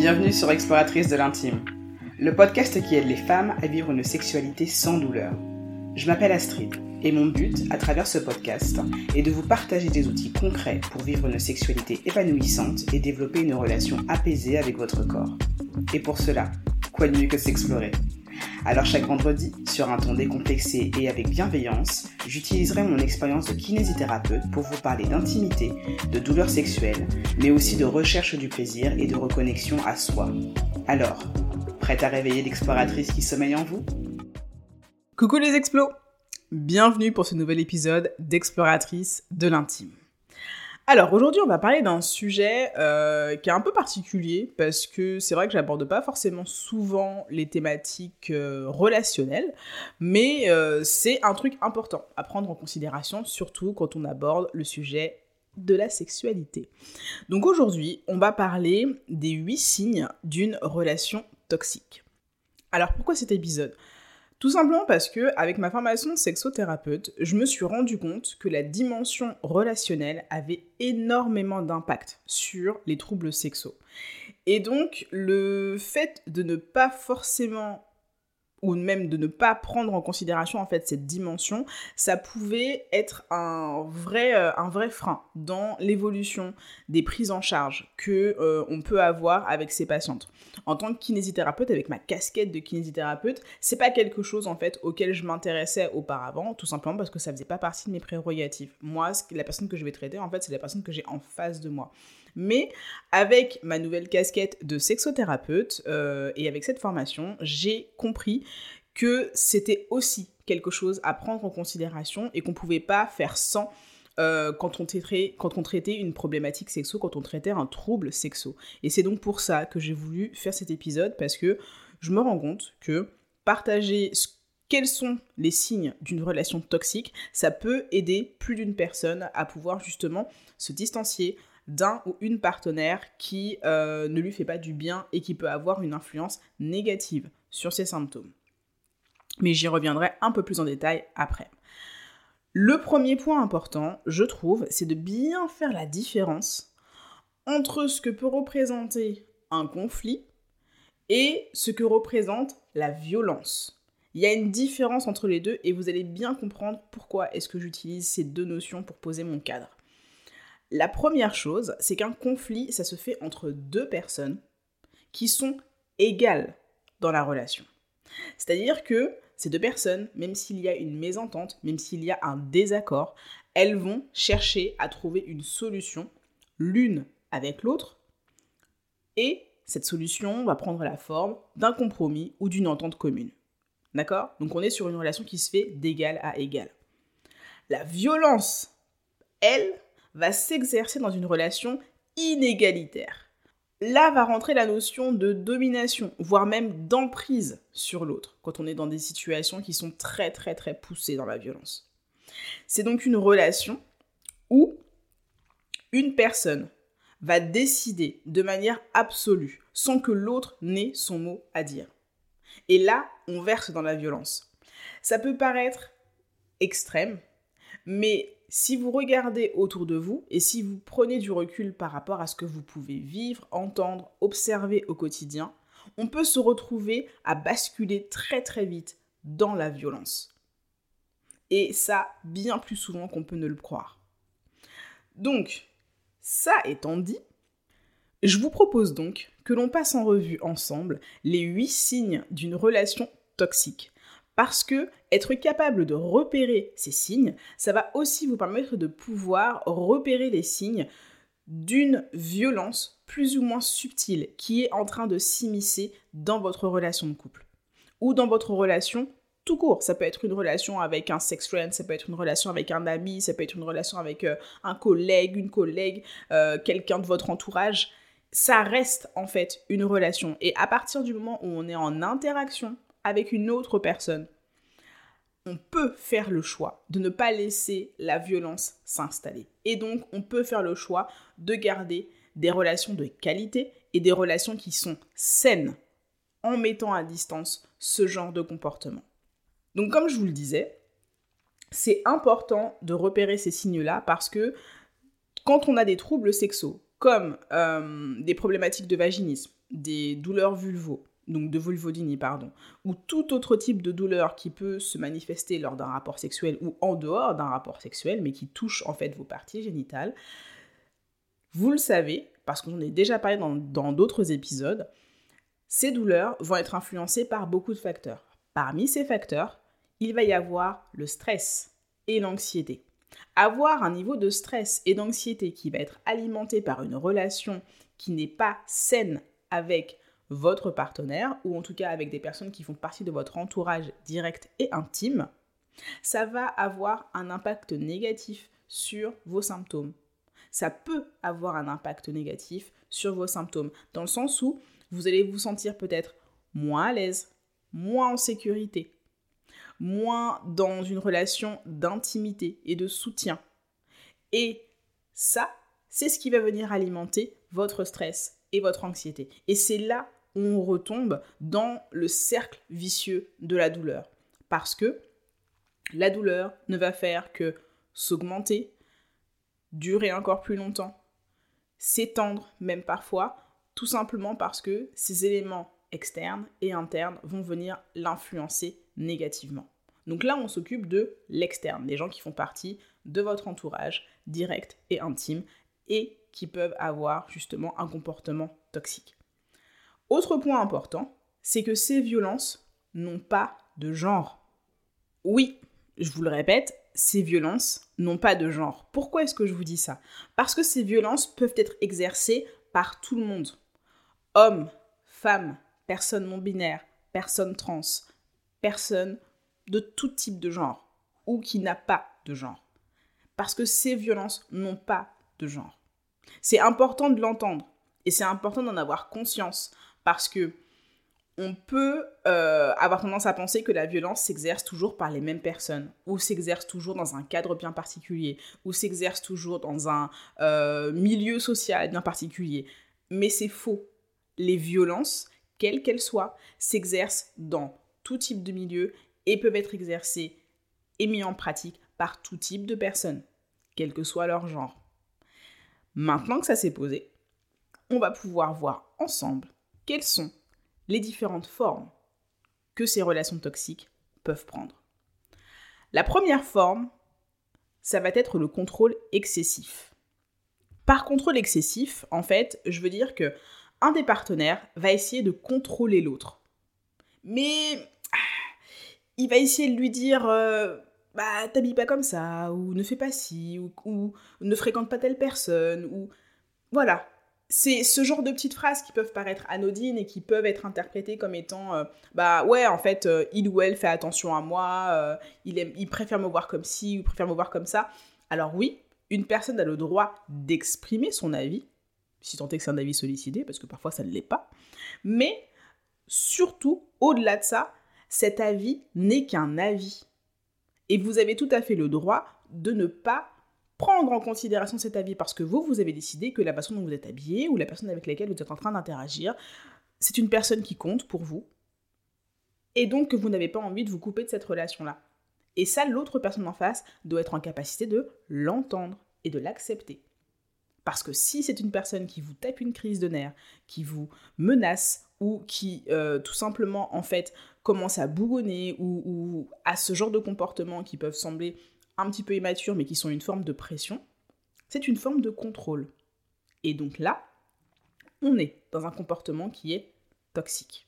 Bienvenue sur Exploratrice de l'intime, le podcast qui aide les femmes à vivre une sexualité sans douleur. Je m'appelle Astrid et mon but, à travers ce podcast, est de vous partager des outils concrets pour vivre une sexualité épanouissante et développer une relation apaisée avec votre corps. Et pour cela, quoi de mieux que s'explorer ? Alors chaque vendredi, sur un ton décomplexé et avec bienveillance, j'utiliserai mon expérience de kinésithérapeute pour vous parler d'intimité, de douleurs sexuelles, mais aussi de recherche du plaisir et de reconnexion à soi. Alors, prête à réveiller l'exploratrice qui sommeille en vous ? Coucou les explos! Bienvenue pour ce nouvel épisode d'Exploratrice de l'intime. Alors aujourd'hui on va parler d'un sujet qui est un peu particulier parce que c'est vrai que j'aborde pas forcément souvent les thématiques relationnelles, mais c'est un truc important à prendre en considération, surtout quand on aborde le sujet de la sexualité. Donc aujourd'hui on va parler des 8 signes d'une relation toxique. Alors pourquoi cet épisode ? Tout simplement parce que, avec ma formation de sexothérapeute, je me suis rendu compte que la dimension relationnelle avait énormément d'impact sur les troubles sexuels. Et donc, le fait de ne pas forcément, ou même de ne pas prendre en considération en fait cette dimension, ça pouvait être un vrai frein dans l'évolution des prises en charge que on peut avoir avec ses patientes. En tant que kinésithérapeute, avec ma casquette de kinésithérapeute, c'est pas quelque chose en fait auquel je m'intéressais auparavant, tout simplement parce que ça faisait pas partie de mes prérogatives. Moi, la personne que je vais traiter en fait, c'est la personne que j'ai en face de moi. Mais avec ma nouvelle casquette de sexothérapeute et avec cette formation, j'ai compris que c'était aussi quelque chose à prendre en considération et qu'on pouvait pas faire sans quand on traitait une problématique sexo, quand on traitait un trouble sexo. Et c'est donc pour ça que j'ai voulu faire cet épisode, parce que je me rends compte que partager quels sont les signes d'une relation toxique, ça peut aider plus d'une personne à pouvoir justement se distancier d'un ou une partenaire qui ne lui fait pas du bien et qui peut avoir une influence négative sur ses symptômes. Mais j'y reviendrai un peu plus en détail après. Le premier point important, je trouve, c'est de bien faire la différence entre ce que peut représenter un conflit et ce que représente la violence. Il y a une différence entre les deux et vous allez bien comprendre pourquoi est-ce que j'utilise ces deux notions pour poser mon cadre. La première chose, c'est qu'un conflit, ça se fait entre deux personnes qui sont égales dans la relation. C'est-à-dire que ces deux personnes, même s'il y a une mésentente, même s'il y a un désaccord, elles vont chercher à trouver une solution, l'une avec l'autre, et cette solution va prendre la forme d'un compromis ou d'une entente commune. D'accord ? Donc on est sur une relation qui se fait d'égal à égal. La violence, elle, va s'exercer dans une relation inégalitaire. Là va rentrer la notion de domination, voire même d'emprise sur l'autre, quand on est dans des situations qui sont très très très poussées dans la violence. C'est donc une relation où une personne va décider de manière absolue, sans que l'autre n'ait son mot à dire. Et là, on verse dans la violence. Ça peut paraître extrême, mais si vous regardez autour de vous et si vous prenez du recul par rapport à ce que vous pouvez vivre, entendre, observer au quotidien, on peut se retrouver à basculer très très vite dans la violence. Et ça, bien plus souvent qu'on peut ne le croire. Donc, ça étant dit, je vous propose donc que l'on passe en revue ensemble les 8 signes d'une relation toxique. Parce que être capable de repérer ces signes, ça va aussi vous permettre de pouvoir repérer les signes d'une violence plus ou moins subtile qui est en train de s'immiscer dans votre relation de couple. Ou dans votre relation tout court. Ça peut être une relation avec un sex friend, ça peut être une relation avec un ami, ça peut être une relation avec un collègue, une collègue, quelqu'un de votre entourage. Ça reste en fait une relation. Et à partir du moment où on est en interaction avec une autre personne, on peut faire le choix de ne pas laisser la violence s'installer. Et donc, on peut faire le choix de garder des relations de qualité et des relations qui sont saines en mettant à distance ce genre de comportement. Donc, comme je vous le disais, c'est important de repérer ces signes-là parce que quand on a des troubles sexuels, comme des problématiques de vaginisme, des douleurs donc de vulvodynie, ou tout autre type de douleur qui peut se manifester lors d'un rapport sexuel ou en dehors d'un rapport sexuel, mais qui touche en fait vos parties génitales, vous le savez, parce qu'on en a déjà parlé dans d'autres épisodes, ces douleurs vont être influencées par beaucoup de facteurs. Parmi ces facteurs, il va y avoir le stress et l'anxiété. Avoir un niveau de stress et d'anxiété qui va être alimenté par une relation qui n'est pas saine avec votre partenaire, ou en tout cas avec des personnes qui font partie de votre entourage direct et intime, ça va avoir un impact négatif sur vos symptômes. Ça peut avoir un impact négatif sur vos symptômes, dans le sens où vous allez vous sentir peut-être moins à l'aise, moins en sécurité, moins dans une relation d'intimité et de soutien. Et ça, c'est ce qui va venir alimenter votre stress et votre anxiété. Et c'est là où on retombe dans le cercle vicieux de la douleur. Parce que la douleur ne va faire que s'augmenter, durer encore plus longtemps, s'étendre même parfois, tout simplement parce que ces éléments externes et internes vont venir l'influencer négativement. Donc là, on s'occupe de l'externe, des gens qui font partie de votre entourage direct et intime et qui peuvent avoir justement un comportement toxique. Autre point important, c'est que ces violences n'ont pas de genre. Oui, je vous le répète, ces violences n'ont pas de genre. Pourquoi est-ce que je vous dis ça ? Parce que ces violences peuvent être exercées par tout le monde. Hommes, femmes, personnes non-binaires, personnes trans, personnes de tout type de genre ou qui n'a pas de genre. Parce que ces violences n'ont pas de genre. C'est important de l'entendre et c'est important d'en avoir conscience parce que on peut avoir tendance à penser que la violence s'exerce toujours par les mêmes personnes, ou s'exerce toujours dans un cadre bien particulier, ou s'exerce toujours dans un milieu social bien particulier. Mais c'est faux. Les violences, quelles qu'elles soient, s'exercent dans tout type de milieu et peuvent être exercées et mises en pratique par tout type de personnes, quel que soit leur genre. Maintenant que ça s'est posé, on va pouvoir voir ensemble quelles sont les différentes formes que ces relations toxiques peuvent prendre. La première forme, ça va être le contrôle excessif. Par contrôle excessif, en fait, je veux dire que un des partenaires va essayer de contrôler l'autre. Mais il va essayer de lui dire t'habilles pas comme ça, ou ne fais pas ci, ou ne fréquente pas telle personne, ou voilà. C'est ce genre de petites phrases qui peuvent paraître anodines et qui peuvent être interprétées comme étant il ou elle fait attention à moi, il préfère me voir comme ci ou préfère me voir comme ça. Alors oui, une personne a le droit d'exprimer son avis, si tant est que c'est un avis sollicité, parce que parfois ça ne l'est pas, mais surtout, au-delà de ça, cet avis n'est qu'un avis. Et vous avez tout à fait le droit de ne pas prendre en considération cet avis parce que vous avez décidé que la personne dont vous êtes habillé ou la personne avec laquelle vous êtes en train d'interagir, c'est une personne qui compte pour vous et donc que vous n'avez pas envie de vous couper de cette relation-là. Et ça, l'autre personne en face doit être en capacité de l'entendre et de l'accepter. Parce que si c'est une personne qui vous tape une crise de nerfs, qui vous menace ou qui tout simplement en fait commence à bougonner ou à ce genre de comportements qui peuvent sembler un petit peu immatures, mais qui sont une forme de pression, c'est une forme de contrôle. Et donc là, on est dans un comportement qui est toxique.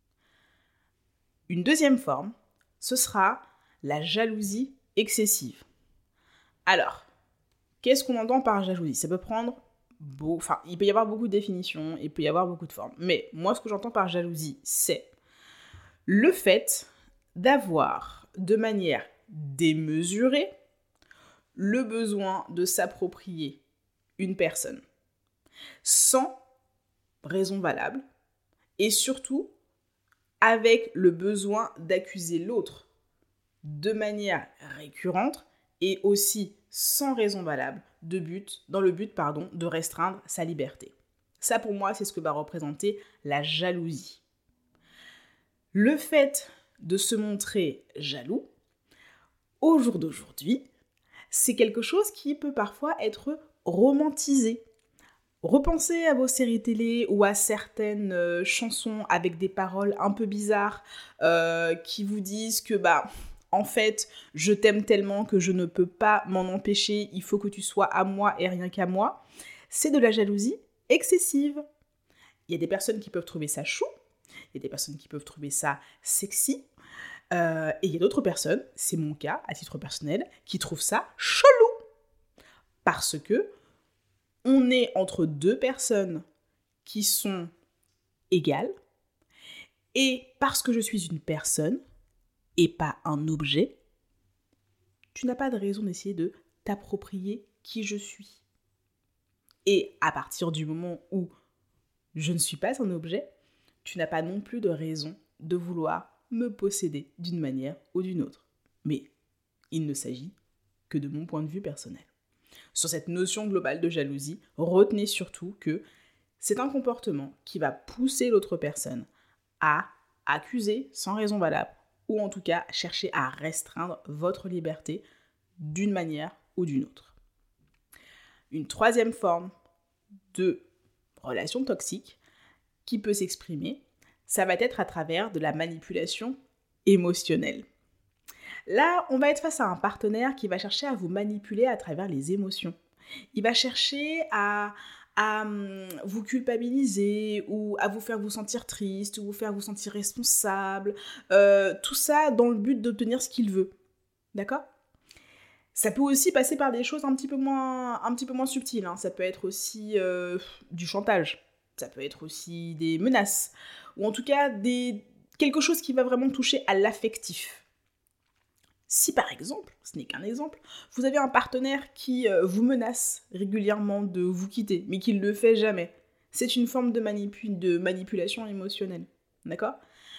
Une deuxième forme, ce sera la jalousie excessive. Alors, qu'est-ce qu'on entend par jalousie ? Ça peut prendre il peut y avoir beaucoup de définitions, il peut y avoir beaucoup de formes. Mais moi, ce que j'entends par jalousie, c'est le fait d'avoir de manière démesurée le besoin de s'approprier une personne sans raison valable et surtout avec le besoin d'accuser l'autre de manière récurrente et aussi sans raison valable dans le but de restreindre sa liberté. Ça pour moi, c'est ce que va représenter la jalousie. Le fait de se montrer jaloux, au jour d'aujourd'hui, c'est quelque chose qui peut parfois être romantisé. repensez à vos séries télé ou à certaines chansons avec des paroles un peu bizarres qui vous disent que en fait, je t'aime tellement que je ne peux pas m'en empêcher, il faut que tu sois à moi et rien qu'à moi. C'est de la jalousie excessive. Il y a des personnes qui peuvent trouver ça chou, il y a des personnes qui peuvent trouver ça sexy, et il y a d'autres personnes, c'est mon cas à titre personnel, qui trouvent ça chelou. Parce que on est entre deux personnes qui sont égales, et parce que je suis une personne et pas un objet, tu n'as pas de raison d'essayer de t'approprier qui je suis. Et à partir du moment où je ne suis pas un objet, tu n'as pas non plus de raison de vouloir me posséder d'une manière ou d'une autre. Mais il ne s'agit que de mon point de vue personnel. Sur cette notion globale de jalousie, retenez surtout que c'est un comportement qui va pousser l'autre personne à accuser sans raison valable ou en tout cas chercher à restreindre votre liberté d'une manière ou d'une autre. Une troisième forme de relation toxique qui peut s'exprimer, ça va être à travers de la manipulation émotionnelle. Là, on va être face à un partenaire qui va chercher à vous manipuler à travers les émotions. Il va chercher à vous culpabiliser ou à vous faire vous sentir triste ou vous faire vous sentir responsable. Tout ça dans le but d'obtenir ce qu'il veut. D'accord ? Ça peut aussi passer par des choses un petit peu moins subtiles. Ça peut être aussi du chantage. Ça peut être aussi des menaces. Ou en tout cas, quelque chose qui va vraiment toucher à l'affectif. Si par exemple, ce n'est qu'un exemple, vous avez un partenaire qui vous menace régulièrement de vous quitter, mais qui ne le fait jamais, c'est une forme de manipulation émotionnelle. D'accord ?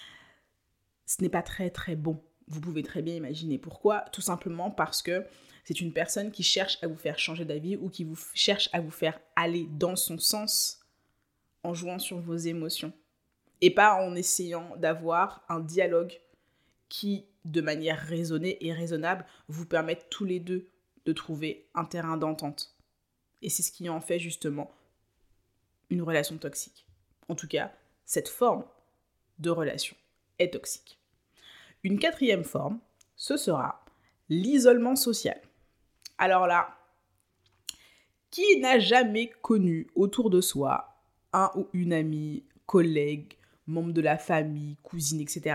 Ce n'est pas très très bon. Vous pouvez très bien imaginer pourquoi. Tout simplement parce que c'est une personne qui cherche à vous faire changer d'avis ou qui vous cherche à vous faire aller dans son sens en jouant sur vos émotions. Et pas en essayant d'avoir un dialogue qui, de manière raisonnée et raisonnable, vous permettent tous les deux de trouver un terrain d'entente. Et c'est ce qui en fait justement une relation toxique. En tout cas, cette forme de relation est toxique. Une quatrième forme, ce sera l'isolement social. Alors là, qui n'a jamais connu autour de soi un ou une amie, collègue, membre de la famille, cousine, etc.,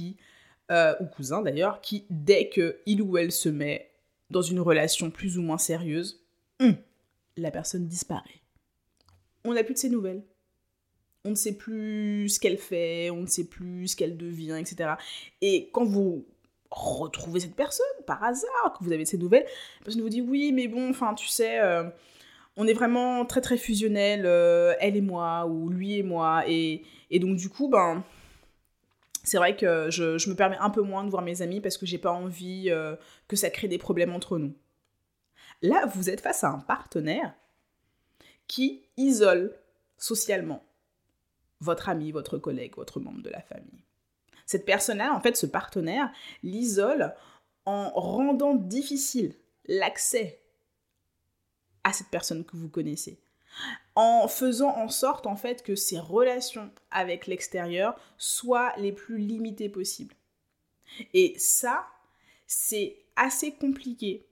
ou cousin d'ailleurs, qui, dès qu'il ou elle se met dans une relation plus ou moins sérieuse, la personne disparaît. On n'a plus de ses nouvelles. On ne sait plus ce qu'elle fait, on ne sait plus ce qu'elle devient, etc. Et quand vous retrouvez cette personne, par hasard, que vous avez de ses nouvelles, la personne vous dit « Oui, mais bon, enfin, tu sais, on est vraiment très très fusionnels, elle et moi, ou lui et moi. » Et donc du coup, c'est vrai que je me permets un peu moins de voir mes amis parce que j'ai pas envie que ça crée des problèmes entre nous. Là, vous êtes face à un partenaire qui isole socialement votre ami, votre collègue, votre membre de la famille. Cette personne-là, en fait, ce partenaire, l'isole en rendant difficile l'accès à cette personne que vous connaissez. En faisant en sorte, en fait, que ces relations avec l'extérieur soient les plus limitées possibles. Et ça, c'est assez compliqué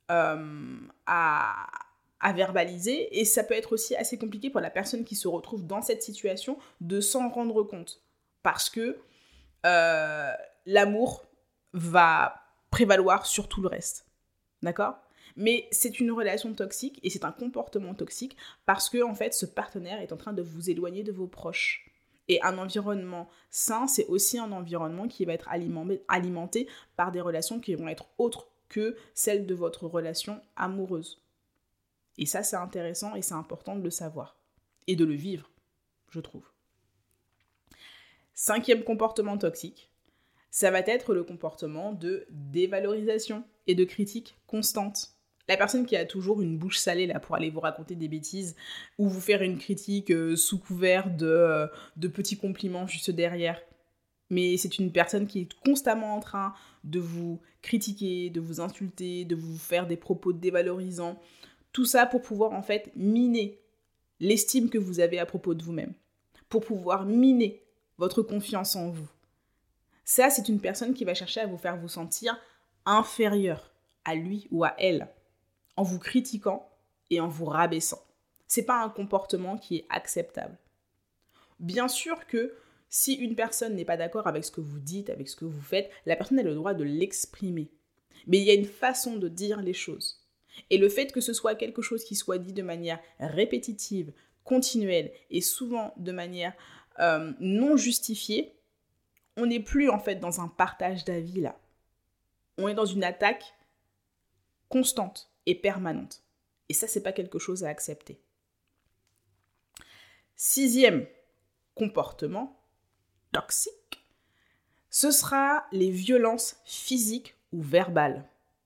à verbaliser, et ça peut être aussi assez compliqué pour la personne qui se retrouve dans cette situation de s'en rendre compte. Parce que l'amour va prévaloir sur tout le reste. D'accord ? Mais c'est une relation toxique et c'est un comportement toxique parce que, en fait, ce partenaire est en train de vous éloigner de vos proches. Et un environnement sain, c'est aussi un environnement qui va être alimenté par des relations qui vont être autres que celles de votre relation amoureuse. Et ça, c'est intéressant et c'est important de le savoir et de le vivre, je trouve. 5e comportement toxique, ça va être le comportement de dévalorisation et de critique constante. La personne qui a toujours une bouche salée là pour aller vous raconter des bêtises ou vous faire une critique sous couvert de petits compliments juste derrière. Mais c'est une personne qui est constamment en train de vous critiquer, de vous insulter, de vous faire des propos dévalorisants. Tout ça pour pouvoir en fait miner l'estime que vous avez à propos de vous-même, pour pouvoir miner votre confiance en vous. Ça, c'est une personne qui va chercher à vous faire vous sentir inférieur à lui ou à elle, en vous critiquant et en vous rabaissant. C'est pas un comportement qui est acceptable. Bien sûr que si une personne n'est pas d'accord avec ce que vous dites, avec ce que vous faites, la personne a le droit de l'exprimer. Mais il y a une façon de dire les choses. Et le fait que ce soit quelque chose qui soit dit de manière répétitive, continuelle et souvent de manière non justifiée, on n'est plus en fait dans un partage d'avis là. On est dans une attaque constante et permanente. Et ça, c'est pas quelque chose à accepter. 6e comportement toxique, ce sera les violences physiques ou verbales.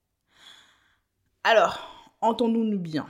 Alors, entendons-nous bien.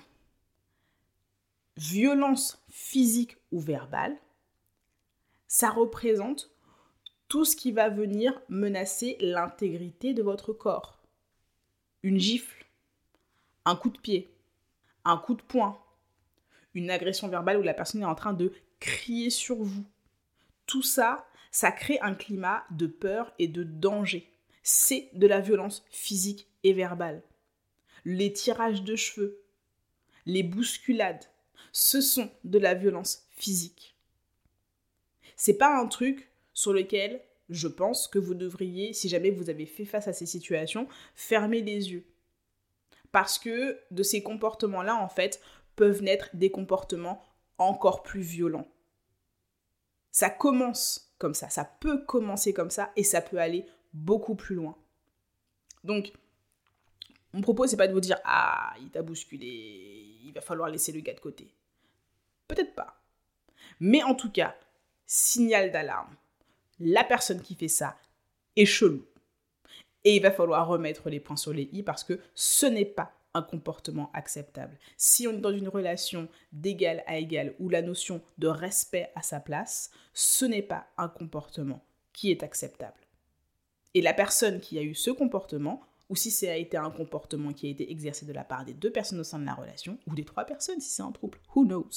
Violence physique ou verbale, ça représente tout ce qui va venir menacer l'intégrité de votre corps. Une gifle, un coup de pied, un coup de poing, une agression verbale où la personne est en train de crier sur vous. Tout ça, ça crée un climat de peur et de danger. C'est de la violence physique et verbale. Les tirages de cheveux, les bousculades, ce sont de la violence physique. C'est pas un truc sur lequel je pense que vous devriez, si jamais vous avez fait face à ces situations, fermer les yeux. Parce que de ces comportements-là, en fait, peuvent naître des comportements encore plus violents. Ça commence comme ça peut commencer comme ça et ça peut aller beaucoup plus loin. Donc, mon propos, c'est pas de vous dire « Ah, il t'a bousculé, il va falloir laisser le gars de côté ». Peut-être pas. Mais en tout cas, signal d'alarme. La personne qui fait ça est chelou. Et il va falloir remettre les points sur les i parce que ce n'est pas un comportement acceptable. Si on est dans une relation d'égal à égal où la notion de respect a sa place, ce n'est pas un comportement qui est acceptable. Et la personne qui a eu ce comportement, ou si ça a été un comportement qui a été exercé de la part des 2 personnes au sein de la relation, ou des 3 personnes si c'est un couple, who knows,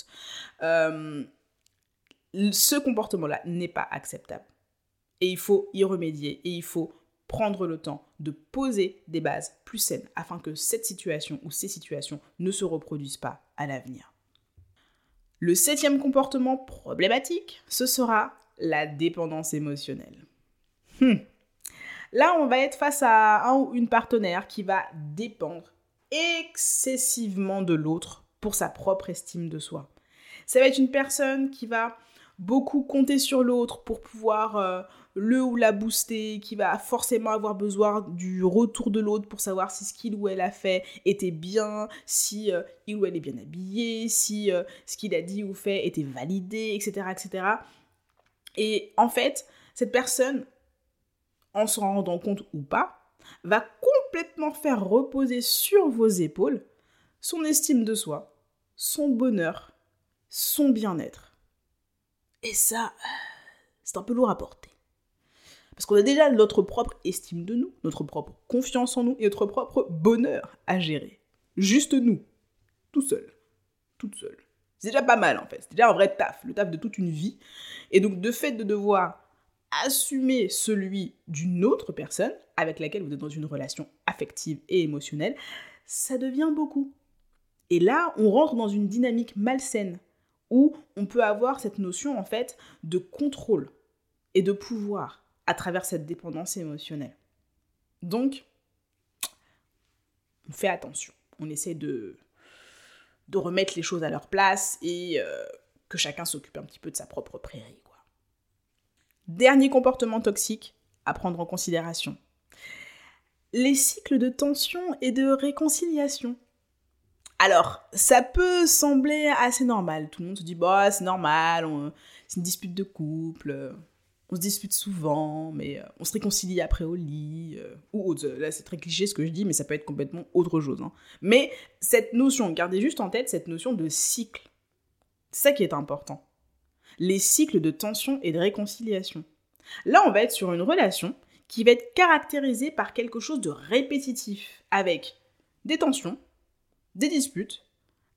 ce comportement-là n'est pas acceptable. Et il faut y remédier et il faut prendre le temps de poser des bases plus saines afin que cette situation ou ces situations ne se reproduisent pas à l'avenir. Le 7e comportement problématique, ce sera la dépendance émotionnelle. Là, on va être face à un ou une partenaire qui va dépendre excessivement de l'autre pour sa propre estime de soi. Ça va être une personne qui va beaucoup compter sur l'autre pour pouvoir le ou la booster, qui va forcément avoir besoin du retour de l'autre pour savoir si ce qu'il ou elle a fait était bien, si il ou elle est bien habillé, si ce qu'il a dit ou fait était validé, etc., etc. Et en fait, cette personne, en s'en rendant compte ou pas, va complètement faire reposer sur vos épaules son estime de soi, son bonheur, son bien-être. Et ça, c'est un peu lourd à porter. Parce qu'on a déjà notre propre estime de nous, notre propre confiance en nous et notre propre bonheur à gérer. Juste nous, tout seul, toute seule. C'est déjà pas mal en fait, c'est déjà un vrai taf, le taf de toute une vie. Et donc de fait de devoir assumer celui d'une autre personne avec laquelle vous êtes dans une relation affective et émotionnelle, ça devient beaucoup. Et là, on rentre dans une dynamique malsaine où on peut avoir cette notion en fait de contrôle et de pouvoir à travers cette dépendance émotionnelle. Donc, on fait attention. On essaie de remettre les choses à leur place et que chacun s'occupe un petit peu de sa propre prairie, quoi. Dernier comportement toxique à prendre en considération. Les cycles de tension et de réconciliation. Alors, ça peut sembler assez normal. Tout le monde se dit, bah, c'est normal, c'est une dispute de couple, on se dispute souvent, mais on se réconcilie après au lit, ou autre. Là, c'est très cliché ce que je dis, mais ça peut être complètement autre chose. Hein. Mais cette notion, gardez juste en tête cette notion de cycle. C'est ça qui est important. Les cycles de tension et de réconciliation. Là, on va être sur une relation qui va être caractérisée par quelque chose de répétitif, avec des tensions, des disputes,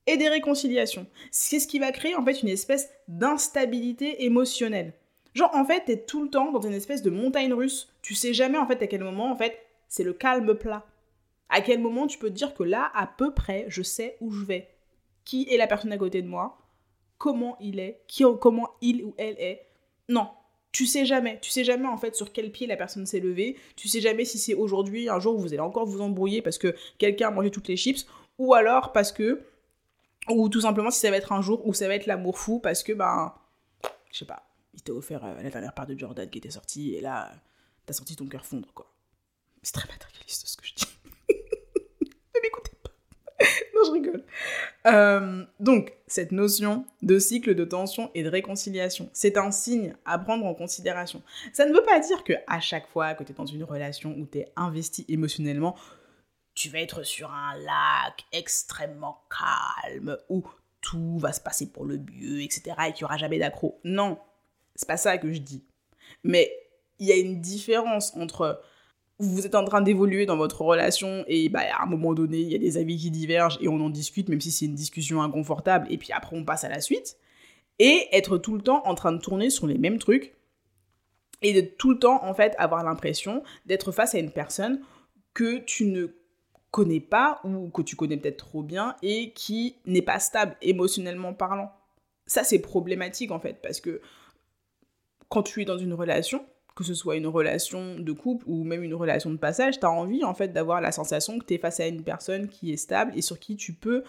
et des réconciliations. C'est ce qui va créer en fait une espèce d'instabilité émotionnelle. Genre en fait, t'es tout le temps dans une espèce de montagne russe. Tu sais jamais en fait à quel moment en fait c'est le calme plat. À quel moment tu peux te dire que là, à peu près, je sais où je vais. Qui est la personne à côté de moi? Comment il est? Comment il ou elle est? Non, tu sais jamais. Tu sais jamais en fait sur quel pied la personne s'est levée. Tu sais jamais si c'est aujourd'hui, un jour où vous allez encore vous embrouiller parce que quelqu'un a mangé toutes les chips, ou alors parce que, ou tout simplement si ça va être un jour où ça va être l'amour fou parce que, je sais pas, il t'a offert la dernière part de Jordan qui était sortie et là, t'as senti ton cœur fondre, quoi. C'est très matérialiste ce que je dis. Ne m'écoutez pas. Non, je rigole. Donc, cette notion de cycle de tension et de réconciliation, c'est un signe à prendre en considération. Ça ne veut pas dire qu'à chaque fois que tu es dans une relation où tu es investi émotionnellement, tu vas être sur un lac extrêmement calme, où tout va se passer pour le mieux, etc., et qu'il n'y aura jamais d'accro. Non, c'est pas ça que je dis. Mais il y a une différence entre vous êtes en train d'évoluer dans votre relation et à un moment donné, il y a des avis qui divergent et on en discute, même si c'est une discussion inconfortable, et puis après on passe à la suite, et être tout le temps en train de tourner sur les mêmes trucs et de tout le temps, en fait, avoir l'impression d'être face à une personne que tu ne connais pas ou que tu connais peut-être trop bien et qui n'est pas stable émotionnellement parlant. Ça, c'est problématique, en fait, parce que quand tu es dans une relation, que ce soit une relation de couple ou même une relation de passage, tu as envie en fait d'avoir la sensation que tu es face à une personne qui est stable et sur qui tu peux...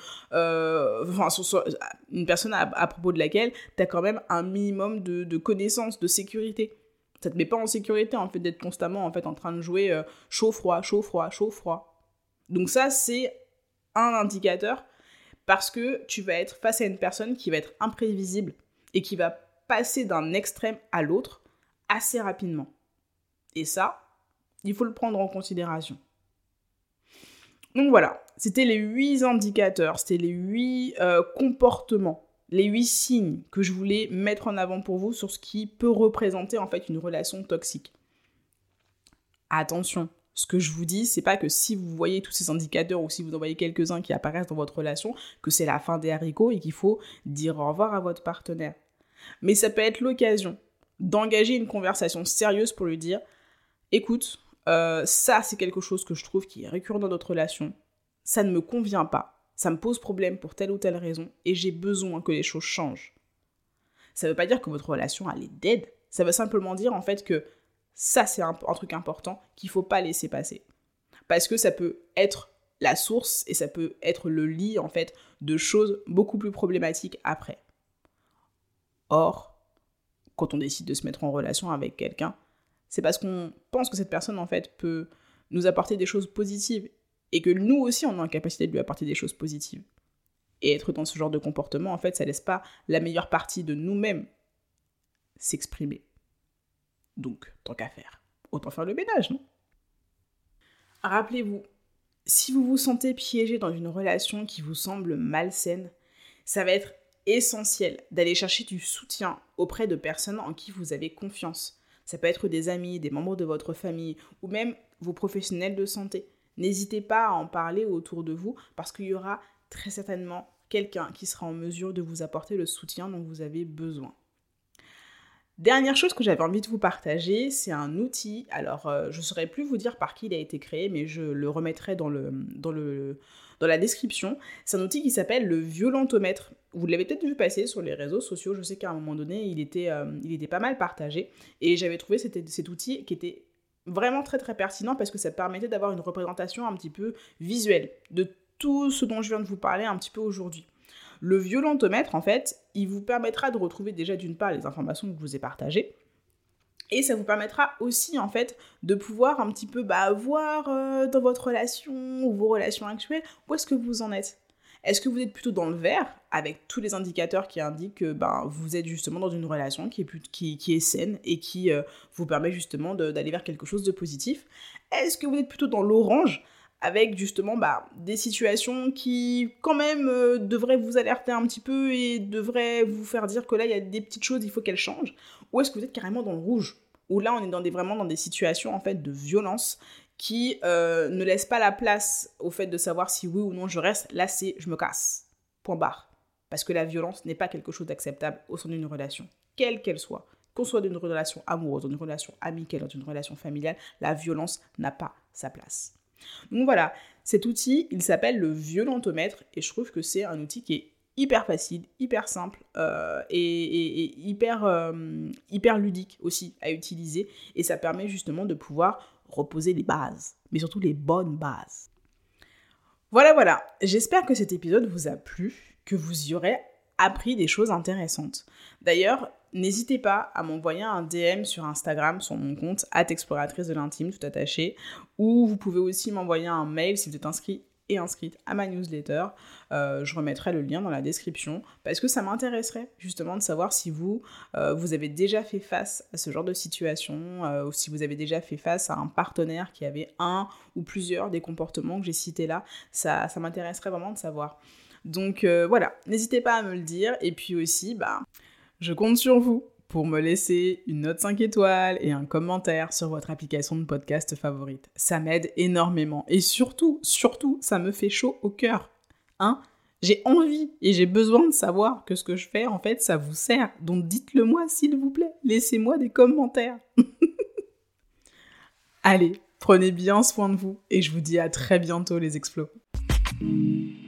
une personne à propos de laquelle tu as quand même un minimum de connaissances, de sécurité. Ça te met pas en sécurité en fait d'être constamment en fait en train de jouer chaud-froid, chaud-froid, chaud-froid. Donc ça, c'est un indicateur parce que tu vas être face à une personne qui va être imprévisible et qui va passer d'un extrême à l'autre assez rapidement. Et ça, il faut le prendre en considération. Donc voilà, c'était les 8 indicateurs, c'était les 8 comportements, les 8 signes que je voulais mettre en avant pour vous sur ce qui peut représenter en fait une relation toxique. Attention, ce que je vous dis, c'est pas que si vous voyez tous ces indicateurs ou si vous en voyez quelques-uns qui apparaissent dans votre relation, que c'est la fin des haricots et qu'il faut dire au revoir à votre partenaire. Mais ça peut être l'occasion d'engager une conversation sérieuse pour lui dire « Écoute, ça c'est quelque chose que je trouve qui est récurrent dans notre relation, ça ne me convient pas, ça me pose problème pour telle ou telle raison et j'ai besoin que les choses changent. » Ça ne veut pas dire que votre relation elle est dead, ça veut simplement dire en fait que ça c'est un truc important qu'il ne faut pas laisser passer. Parce que ça peut être la source et ça peut être le lit en fait de choses beaucoup plus problématiques après. Or, quand on décide de se mettre en relation avec quelqu'un, c'est parce qu'on pense que cette personne, en fait, peut nous apporter des choses positives et que nous aussi, on a la capacité de lui apporter des choses positives. Et être dans ce genre de comportement, en fait, ça laisse pas la meilleure partie de nous-mêmes s'exprimer. Donc, tant qu'à faire, autant faire le ménage, non? Rappelez-vous, si vous vous sentez piégé dans une relation qui vous semble malsaine, ça va être essentiel d'aller chercher du soutien auprès de personnes en qui vous avez confiance. Ça peut être des amis, des membres de votre famille ou même vos professionnels de santé. N'hésitez pas à en parler autour de vous parce qu'il y aura très certainement quelqu'un qui sera en mesure de vous apporter le soutien dont vous avez besoin. Dernière chose que j'avais envie de vous partager, c'est un outil. Alors, je ne saurais plus vous dire par qui il a été créé, mais je le remettrai dans la description. C'est un outil qui s'appelle le violentomètre. Vous l'avez peut-être vu passer sur les réseaux sociaux. Je sais qu'à un moment donné, il était pas mal partagé. Et j'avais trouvé cet outil qui était vraiment très très pertinent parce que ça permettait d'avoir une représentation un petit peu visuelle de tout ce dont je viens de vous parler un petit peu aujourd'hui. Le violentomètre, en fait, il vous permettra de retrouver déjà d'une part les informations que je vous ai partagées et ça vous permettra aussi, en fait, de pouvoir un petit peu voir dans votre relation ou vos relations actuelles où est-ce que vous en êtes. Est-ce que vous êtes plutôt dans le vert avec tous les indicateurs qui indiquent que vous êtes justement dans une relation qui est saine et qui vous permet justement d'aller vers quelque chose de positif? Est-ce que vous êtes plutôt dans l'orange avec justement des situations qui quand même devraient vous alerter un petit peu et devraient vous faire dire que là il y a des petites choses, il faut qu'elles changent? Ou est-ce que vous êtes carrément dans le rouge? Où là on est vraiment dans des situations en fait de violence qui ne laissent pas la place au fait de savoir si oui ou non je reste, là c'est je me casse. Point barre. Parce que la violence n'est pas quelque chose d'acceptable au sein d'une relation, quelle qu'elle soit. Qu'on soit dans une relation amoureuse, dans une relation amicale, dans une relation familiale, la violence n'a pas sa place. Donc voilà, cet outil, il s'appelle le violentomètre et je trouve que c'est un outil qui est hyper facile, hyper simple et hyper ludique aussi à utiliser. Et ça permet justement de pouvoir reposer les bases, mais surtout les bonnes bases. Voilà, j'espère que cet épisode vous a plu, que vous y aurez appris des choses intéressantes. D'ailleurs, n'hésitez pas à m'envoyer un DM sur Instagram, sur mon compte, @exploratrice de l'intime, tout attaché, ou vous pouvez aussi m'envoyer un mail si vous êtes inscrit et inscrite à ma newsletter. Je remettrai le lien dans la description, parce que ça m'intéresserait justement de savoir si vous avez déjà fait face à ce genre de situation, ou si vous avez déjà fait face à un partenaire qui avait un ou plusieurs des comportements que j'ai cités là. Ça m'intéresserait vraiment de savoir. Donc voilà, n'hésitez pas à me le dire, et puis aussi, je compte sur vous pour me laisser une note 5 étoiles et un commentaire sur votre application de podcast favorite. Ça m'aide énormément. Et surtout, ça me fait chaud au cœur. J'ai envie et j'ai besoin de savoir que ce que je fais, en fait, ça vous sert. Donc dites-le moi, s'il vous plaît. Laissez-moi des commentaires. Allez, prenez bien soin de vous et je vous dis à très bientôt, les explos.